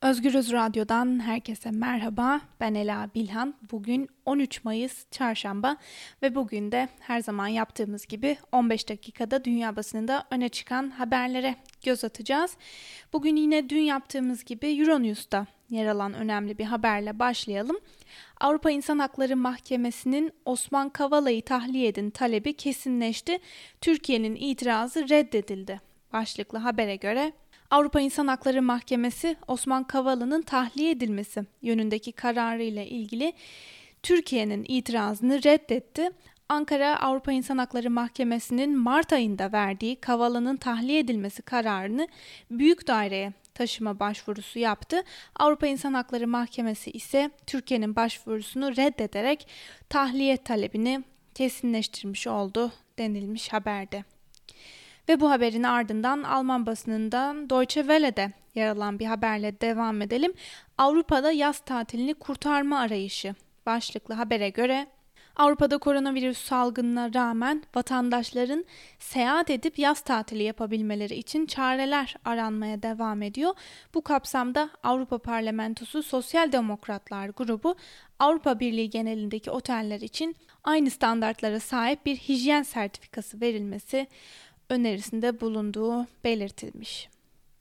Özgürüz Radyo'dan herkese merhaba. Ben Ela Bilhan. Bugün 13 Mayıs Çarşamba ve bugün de her zaman yaptığımız gibi 15 dakikada dünya basınında öne çıkan haberlere göz atacağız. Bugün yine dün yaptığımız gibi Euronews'ta yer alan önemli bir haberle başlayalım. Avrupa İnsan Hakları Mahkemesi'nin Osman Kavala'yı tahliye edin talebi kesinleşti. Türkiye'nin itirazı reddedildi. Başlıklı habere göre Avrupa İnsan Hakları Mahkemesi Osman Kavala'nın tahliye edilmesi yönündeki kararı ile ilgili Türkiye'nin itirazını reddetti. Ankara Avrupa İnsan Hakları Mahkemesi'nin Mart ayında verdiği Kavala'nın tahliye edilmesi kararını büyük daireye taşıma başvurusu yaptı. Avrupa İnsan Hakları Mahkemesi ise Türkiye'nin başvurusunu reddederek tahliye talebini kesinleştirmiş oldu denilmiş haberde. Ve bu haberin ardından Alman basınından Deutsche Welle'de yer alan bir haberle devam edelim. Avrupa'da yaz tatilini kurtarma arayışı başlıklı habere göre Avrupa'da koronavirüs salgınına rağmen vatandaşların seyahat edip yaz tatili yapabilmeleri için çareler aranmaya devam ediyor. Bu kapsamda Avrupa Parlamentosu Sosyal Demokratlar grubu Avrupa Birliği genelindeki oteller için aynı standartlara sahip bir hijyen sertifikası verilmesi önerisinde bulunduğu belirtilmiş.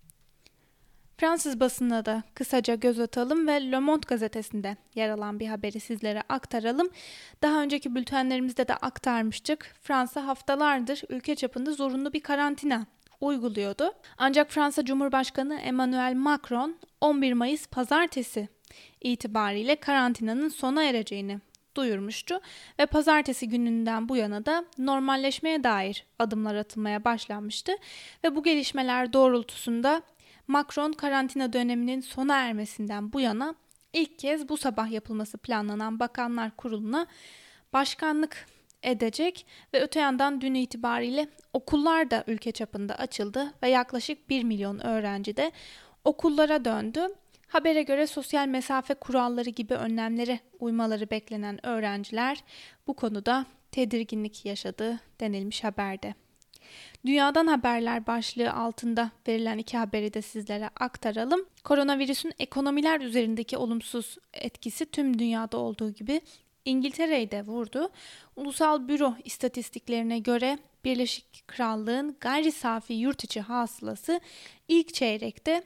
Fransız basınına da kısaca göz atalım ve Le Monde gazetesinde yer alan bir haberi sizlere aktaralım. Daha önceki bültenlerimizde de aktarmıştık. Fransa haftalardır ülke çapında zorunlu bir karantina uyguluyordu. Ancak Fransa Cumhurbaşkanı Emmanuel Macron 11 Mayıs pazartesi itibariyle karantinanın sona ereceğini duyurmuştu ve pazartesi gününden bu yana da normalleşmeye dair adımlar atılmaya başlanmıştı ve bu gelişmeler doğrultusunda Macron karantina döneminin sona ermesinden bu yana ilk kez bu sabah yapılması planlanan Bakanlar Kurulu'na başkanlık edecek ve öte yandan dün itibariyle okullar da ülke çapında açıldı ve yaklaşık 1 milyon öğrenci de okullara döndü. Habere göre sosyal mesafe kuralları gibi önlemlere uymaları beklenen öğrenciler bu konuda tedirginlik yaşadı denilmiş haberde. Dünyadan haberler başlığı altında verilen iki haberi de sizlere aktaralım. Koronavirüsün ekonomiler üzerindeki olumsuz etkisi tüm dünyada olduğu gibi İngiltere'yi de vurdu. Ulusal Büro istatistiklerine göre Birleşik Krallığın gayri safi yurt içi hasılası ilk çeyrekte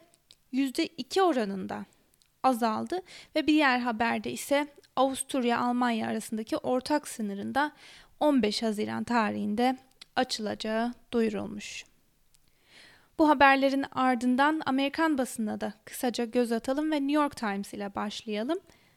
%2 oranında azaldı ve bir diğer haberde ise Avusturya-Almanya arasındaki ortak sınırında 15 Haziran tarihinde açılacağı duyurulmuş. Bu haberlerin ardından Amerikan basınına da kısaca göz atalım ve New York Times ile başlayalım.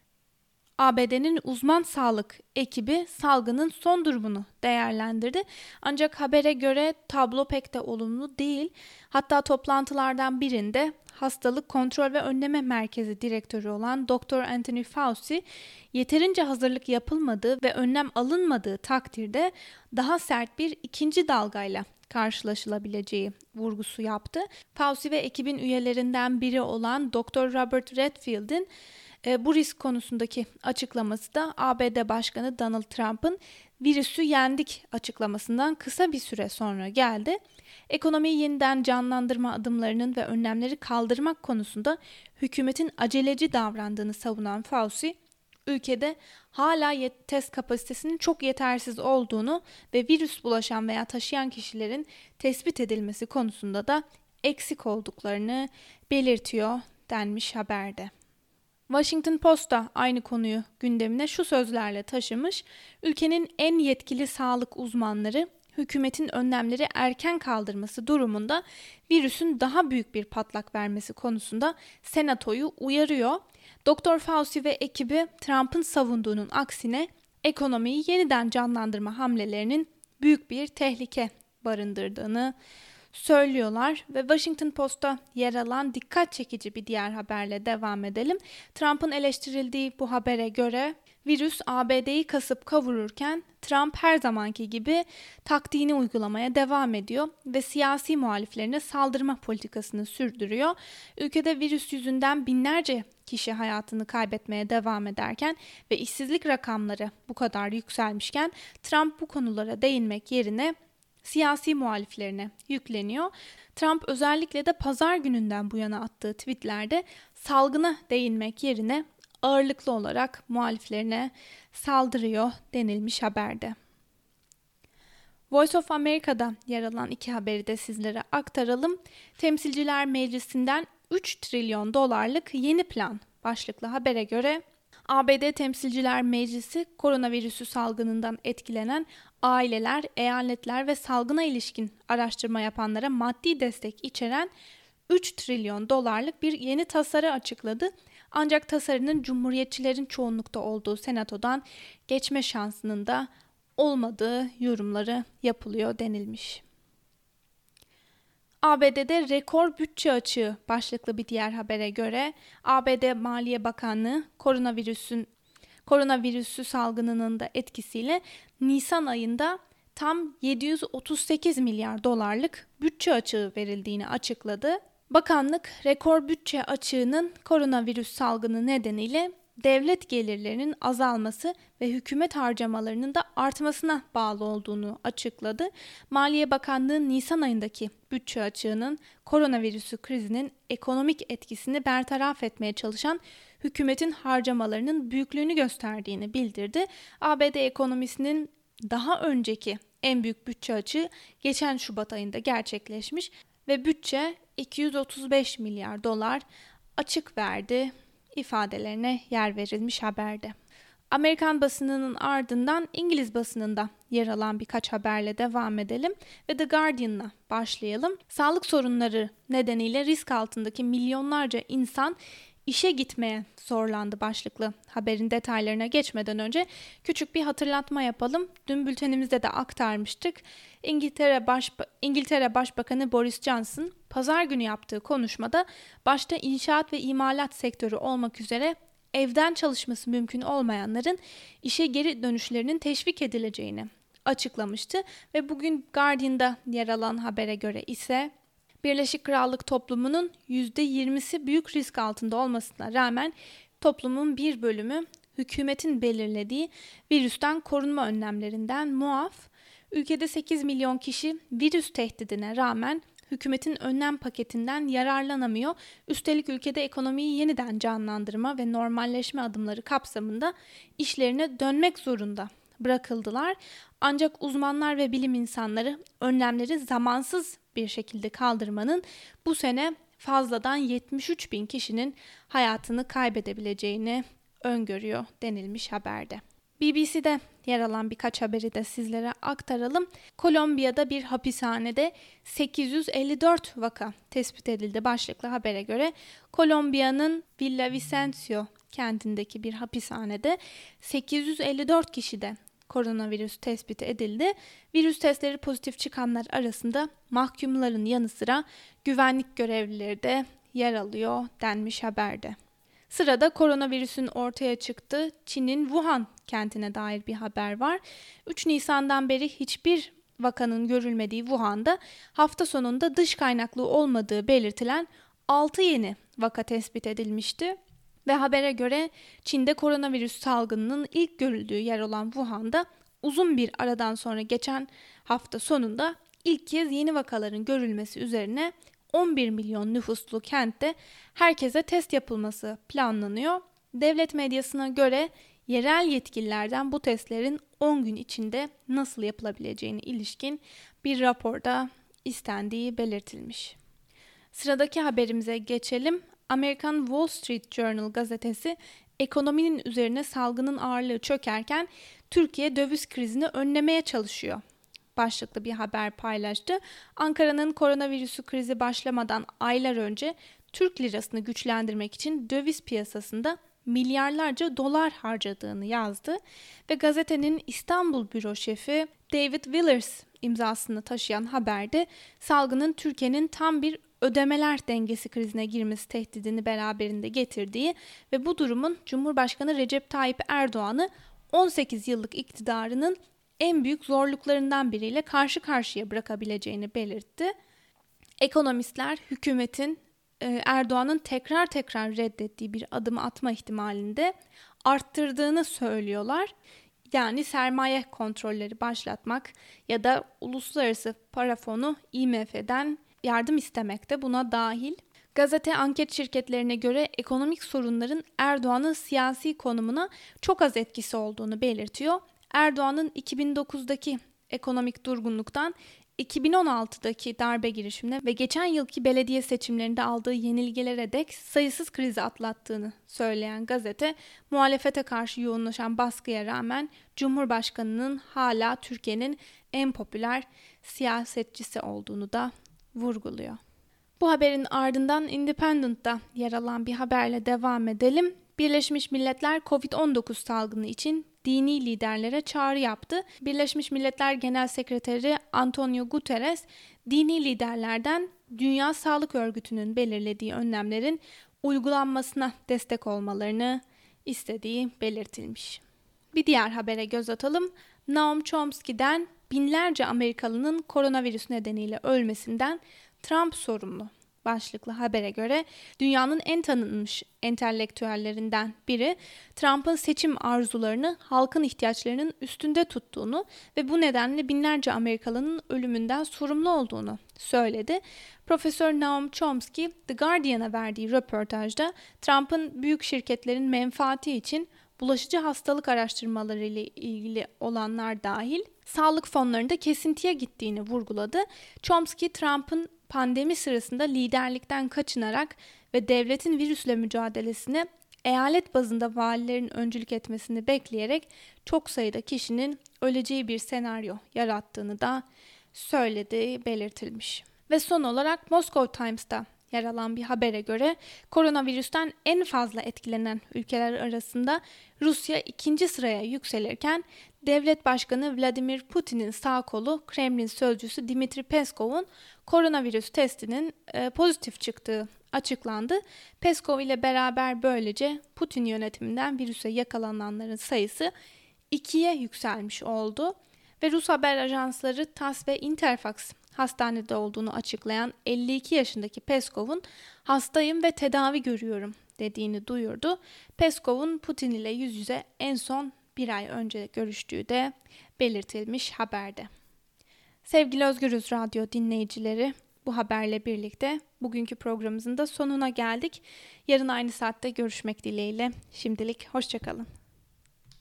ABD'nin uzman sağlık ekibi salgının son durumunu değerlendirdi. Ancak habere göre tablo pek de olumlu değil. Hatta toplantılardan birinde Hastalık Kontrol ve Önleme Merkezi direktörü olan Dr. Anthony Fauci, yeterince hazırlık yapılmadığı ve önlem alınmadığı takdirde daha sert bir ikinci dalgayla karşılaşılabileceği vurgusu yaptı. Fauci ve ekibin üyelerinden biri olan Dr. Robert Redfield'in bu risk konusundaki açıklaması da ABD Başkanı Donald Trump'ın virüsü yendik açıklamasından kısa bir süre sonra geldi. Ekonomiyi yeniden canlandırma adımlarının ve önlemleri kaldırmak konusunda hükümetin aceleci davrandığını savunan Fauci, ülkede hala test kapasitesinin çok yetersiz olduğunu ve virüs bulaşan veya taşıyan kişilerin tespit edilmesi konusunda da eksik olduklarını belirtiyor denmiş haberde. Washington Post da aynı konuyu gündemine şu sözlerle taşımış: ülkenin en yetkili sağlık uzmanları hükümetin önlemleri erken kaldırması durumunda virüsün daha büyük bir patlak vermesi konusunda senatoyu uyarıyor. Dr. Fauci ve ekibi Trump'ın savunduğunun aksine ekonomiyi yeniden canlandırma hamlelerinin büyük bir tehlike barındırdığını söylüyorlar ve Washington Post'ta yer alan dikkat çekici bir diğer haberle devam edelim. Trump'ın eleştirildiği bu habere göre virüs ABD'yi kasıp kavururken Trump her zamanki gibi taktiğini uygulamaya devam ediyor ve siyasi muhaliflerine saldırma politikasını sürdürüyor. Ülkede virüs yüzünden binlerce kişi hayatını kaybetmeye devam ederken ve işsizlik rakamları bu kadar yükselmişken Trump bu konulara değinmek yerine siyasi muhaliflerine yükleniyor. Trump özellikle de pazar gününden bu yana attığı tweetlerde salgına değinmek yerine ağırlıklı olarak muhaliflerine saldırıyor denilmiş haberde. Voice of America'da yer alan iki haberi de sizlere aktaralım. Temsilciler Meclisi'nden 3 trilyon dolarlık yeni plan başlıklı habere göre ABD Temsilciler Meclisi koronavirüsü salgınından etkilenen aileler, eyaletler ve salgına ilişkin araştırma yapanlara maddi destek içeren 3 trilyon dolarlık bir yeni tasarı açıkladı. Ancak tasarının Cumhuriyetçilerin çoğunlukta olduğu Senato'dan geçme şansının da olmadığı yorumları yapılıyor denilmiş. ABD'de rekor bütçe açığı başlıklı bir diğer habere göre ABD Maliye Bakanlığı koronavirüsü salgınının da etkisiyle Nisan ayında tam 738 milyar dolarlık bütçe açığı verildiğini açıkladı. Bakanlık rekor bütçe açığının koronavirüs salgını nedeniyle devlet gelirlerinin azalması ve hükümet harcamalarının da artmasına bağlı olduğunu açıkladı. Maliye Bakanlığı Nisan ayındaki bütçe açığının koronavirüsü krizinin ekonomik etkisini bertaraf etmeye çalışan hükümetin harcamalarının büyüklüğünü gösterdiğini bildirdi. ABD ekonomisinin daha önceki en büyük bütçe açığı geçen Şubat ayında gerçekleşmiş ve bütçe 235 milyar dolar açık verdi ifadelerine yer verilmiş haberde. Amerikan basınının ardından İngiliz basınında yer alan birkaç haberle devam edelim ve The Guardian'la başlayalım. Sağlık sorunları nedeniyle risk altındaki milyonlarca insan işe gitmeye zorlandı başlıklı haberin detaylarına geçmeden önce küçük bir hatırlatma yapalım. Dün bültenimizde de aktarmıştık. İngiltere Başbakanı Boris Johnson pazar günü yaptığı konuşmada başta inşaat ve imalat sektörü olmak üzere evden çalışması mümkün olmayanların işe geri dönüşlerinin teşvik edileceğini açıklamıştı ve bugün Guardian'da yer alan habere göre ise Birleşik Krallık toplumunun %20'si büyük risk altında olmasına rağmen toplumun bir bölümü hükümetin belirlediği virüsten korunma önlemlerinden muaf. Ülkede 8 milyon kişi virüs tehdidine rağmen hükümetin önlem paketinden yararlanamıyor. Üstelik ülkede ekonomiyi yeniden canlandırma ve normalleşme adımları kapsamında işlerine dönmek zorunda bırakıldılar. Ancak uzmanlar ve bilim insanları önlemleri zamansız bir şekilde kaldırmanın bu sene fazladan 73 bin kişinin hayatını kaybedebileceğini öngörüyor denilmiş haberde. BBC'de yer alan birkaç haberi de sizlere aktaralım. Kolombiya'da bir hapishanede 854 vaka tespit edildi başlıklı habere göre. Kolombiya'nın Villavicencio kentindeki bir hapishanede 854 kişide koronavirüs tespiti edildi. Virüs testleri pozitif çıkanlar arasında mahkumların yanı sıra güvenlik görevlileri de yer alıyor denmiş haberde. Sırada koronavirüsün ortaya çıktığı Çin'in Wuhan kentine dair bir haber var. 3 Nisan'dan beri hiçbir vakanın görülmediği Wuhan'da hafta sonunda dış kaynaklı olmadığı belirtilen 6 yeni vaka tespit edilmişti. Ve habere göre Çin'de koronavirüs salgınının ilk görüldüğü yer olan Wuhan'da uzun bir aradan sonra geçen hafta sonunda ilk kez yeni vakaların görülmesi üzerine 11 milyon nüfuslu kentte herkese test yapılması planlanıyor. Devlet medyasına göre yerel yetkililerden bu testlerin 10 gün içinde nasıl yapılabileceğine ilişkin bir raporda istendiği belirtilmiş. Sıradaki haberimize geçelim. Amerikan Wall Street Journal gazetesi ekonominin üzerine salgının ağırlığı çökerken Türkiye döviz krizini önlemeye çalışıyor başlıklı bir haber paylaştı. Ankara'nın koronavirüsü krizi başlamadan aylar önce Türk lirasını güçlendirmek için döviz piyasasında milyarlarca dolar harcadığını yazdı ve gazetenin İstanbul büro şefi David Willers imzasını taşıyan haberde salgının Türkiye'nin tam bir ödemeler dengesi krizine girmesi tehdidini beraberinde getirdiği ve bu durumun Cumhurbaşkanı Recep Tayyip Erdoğan'ı 18 yıllık iktidarının en büyük zorluklarından biriyle karşı karşıya bırakabileceğini belirtti. Ekonomistler hükümetin Erdoğan'ın tekrar reddettiği bir adım atma ihtimalini de arttırdığını söylüyorlar. yani sermaye kontrolleri başlatmak ya da Uluslararası Para Fonu IMF'den yardım istemek de buna dahil. Gazete anket şirketlerine göre ekonomik sorunların Erdoğan'ın siyasi konumuna çok az etkisi olduğunu belirtiyor. Erdoğan'ın 2009'daki ekonomik durgunluktan 2016'daki darbe girişimine ve geçen yılki belediye seçimlerinde aldığı yenilgilere dek sayısız krizi atlattığını söyleyen gazete, muhalefete karşı yoğunlaşan baskıya rağmen Cumhurbaşkanı'nın hala Türkiye'nin en popüler siyasetçisi olduğunu da vurguluyor. Bu haberin ardından Independent'ta yer alan bir haberle devam edelim. Birleşmiş Milletler Covid-19 salgını için dini liderlere çağrı yaptı. Birleşmiş Milletler Genel Sekreteri Antonio Guterres, dini liderlerden Dünya Sağlık Örgütü'nün belirlediği önlemlerin uygulanmasına destek olmalarını istediği belirtilmiş. Bir diğer habere göz atalım. Noam Chomsky'den binlerce Amerikalının koronavirüs nedeniyle ölmesinden Trump sorumlu başlıklı habere göre dünyanın en tanınmış entelektüellerinden biri Trump'ın seçim arzularını halkın ihtiyaçlarının üstünde tuttuğunu ve bu nedenle binlerce Amerikalının ölümünden sorumlu olduğunu söyledi. Profesör Noam Chomsky, The Guardian'a verdiği röportajda Trump'ın büyük şirketlerin menfaati için bulaşıcı hastalık araştırmaları ile ilgili olanlar dahil sağlık fonlarında kesintiye gittiğini vurguladı. Chomsky, Trump'ın pandemi sırasında liderlikten kaçınarak ve devletin virüsle mücadelesine eyalet bazında valilerin öncülük etmesini bekleyerek çok sayıda kişinin öleceği bir senaryo yarattığını da söylediği belirtilmiş. Ve son olarak Moscow Times'ta yer alan bir habere göre koronavirüsten en fazla etkilenen ülkeler arasında Rusya 2. sıraya yükselirken Devlet Başkanı Vladimir Putin'in sağ kolu Kremlin sözcüsü Dmitri Peskov'un koronavirüs testinin pozitif çıktığı açıklandı. Peskov ile beraber böylece Putin yönetiminden virüse yakalananların sayısı 2'ye yükselmiş oldu. Ve Rus haber ajansları TASS ve Interfax hastanede olduğunu açıklayan 52 yaşındaki Peskov'un hastayım ve tedavi görüyorum dediğini duyurdu. Peskov'un Putin ile yüz yüze en son bir ay önce görüştüğü de belirtilmiş haberde. Sevgili Özgürüz Radyo dinleyicileri, bu haberle birlikte bugünkü programımızın da sonuna geldik. Yarın aynı saatte görüşmek dileğiyle. Şimdilik hoşça kalın.